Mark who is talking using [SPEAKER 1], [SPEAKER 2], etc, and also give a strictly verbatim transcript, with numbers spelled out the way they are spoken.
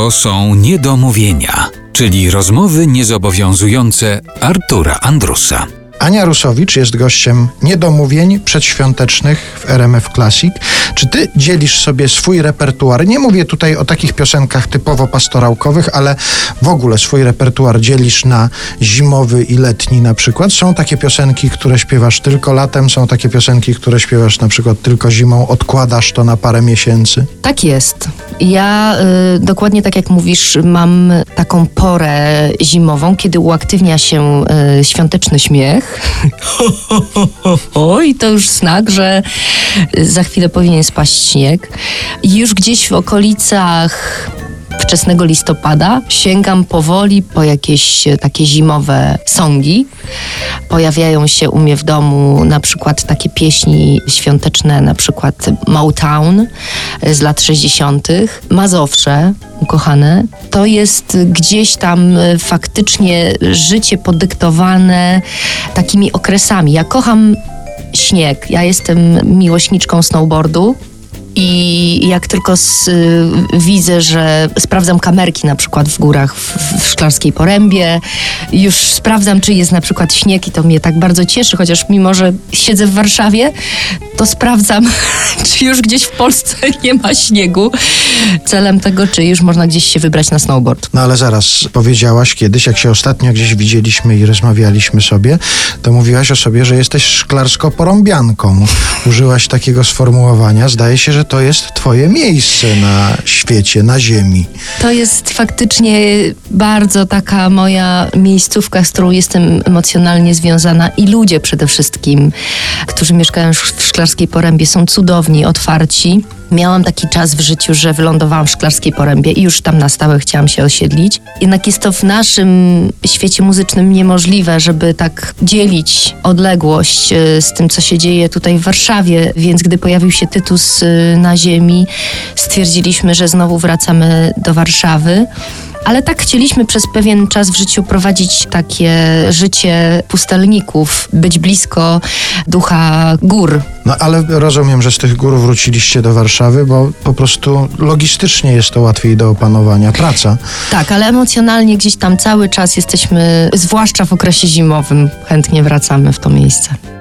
[SPEAKER 1] to są niedomówienia, czyli rozmowy niezobowiązujące Artura Andrusa.
[SPEAKER 2] Ania Rusowicz jest gościem niedomówień przedświątecznych w R M F Classic. Czy ty dzielisz sobie swój repertuar? Nie mówię tutaj o takich piosenkach typowo pastorałkowych, ale w ogóle swój repertuar dzielisz na zimowy i letni na przykład. Są takie piosenki, które śpiewasz tylko latem, są takie piosenki, które śpiewasz na przykład tylko zimą, odkładasz to na parę miesięcy.
[SPEAKER 3] Tak jest. Ja y, dokładnie tak jak mówisz, mam taką porę zimową, kiedy uaktywnia się y, świąteczny śmiech. Oj, to już znak, że za chwilę powinien spaść śnieg. I już gdzieś w okolicach wczesnego listopada sięgam powoli po jakieś takie zimowe songi. Pojawiają się u mnie w domu na przykład takie pieśni świąteczne, na przykład Motown z lat sześćdziesiątych. Mazowsze, ukochane. To jest gdzieś tam faktycznie życie podyktowane takimi okresami. Ja kocham śnieg. Ja jestem miłośniczką snowboardu. I jak tylko z, y, widzę, że sprawdzam kamerki na przykład w górach w, w Szklarskiej Porębie, już sprawdzam, czy jest na przykład śnieg i to mnie tak bardzo cieszy, chociaż mimo, że siedzę w Warszawie, to sprawdzam, czy już gdzieś w Polsce nie ma śniegu, celem tego, czy już można gdzieś się wybrać na snowboard.
[SPEAKER 2] No ale zaraz, powiedziałaś kiedyś, jak się ostatnio gdzieś widzieliśmy i rozmawialiśmy sobie, to mówiłaś o sobie, że jesteś szklarsko-porąbianką. Użyłaś takiego sformułowania. Zdaje się, że to jest twoje miejsce na świecie, na ziemi.
[SPEAKER 3] To jest faktycznie bardzo taka moja miejscówka, z którą jestem emocjonalnie związana i ludzie przede wszystkim, którzy mieszkają w Szklarskiej Porębie, są cudowni, otwarci. Miałam taki czas w życiu, że wylądowałam w Szklarskiej Porębie i już tam na stałe chciałam się osiedlić. Jednak jest to w naszym świecie muzycznym niemożliwe, żeby tak dzielić odległość z tym, co się dzieje tutaj w Warszawie. Więc gdy pojawił się Tytus na ziemi, stwierdziliśmy, że znowu wracamy do Warszawy. Ale tak chcieliśmy przez pewien czas w życiu prowadzić takie życie pustelników, być blisko ducha gór.
[SPEAKER 2] No ale rozumiem, że z tych gór wróciliście do Warszawy, bo po prostu logistycznie jest to łatwiej do opanowania. Praca.
[SPEAKER 3] Tak, ale emocjonalnie gdzieś tam cały czas jesteśmy, zwłaszcza w okresie zimowym, chętnie wracamy w to miejsce.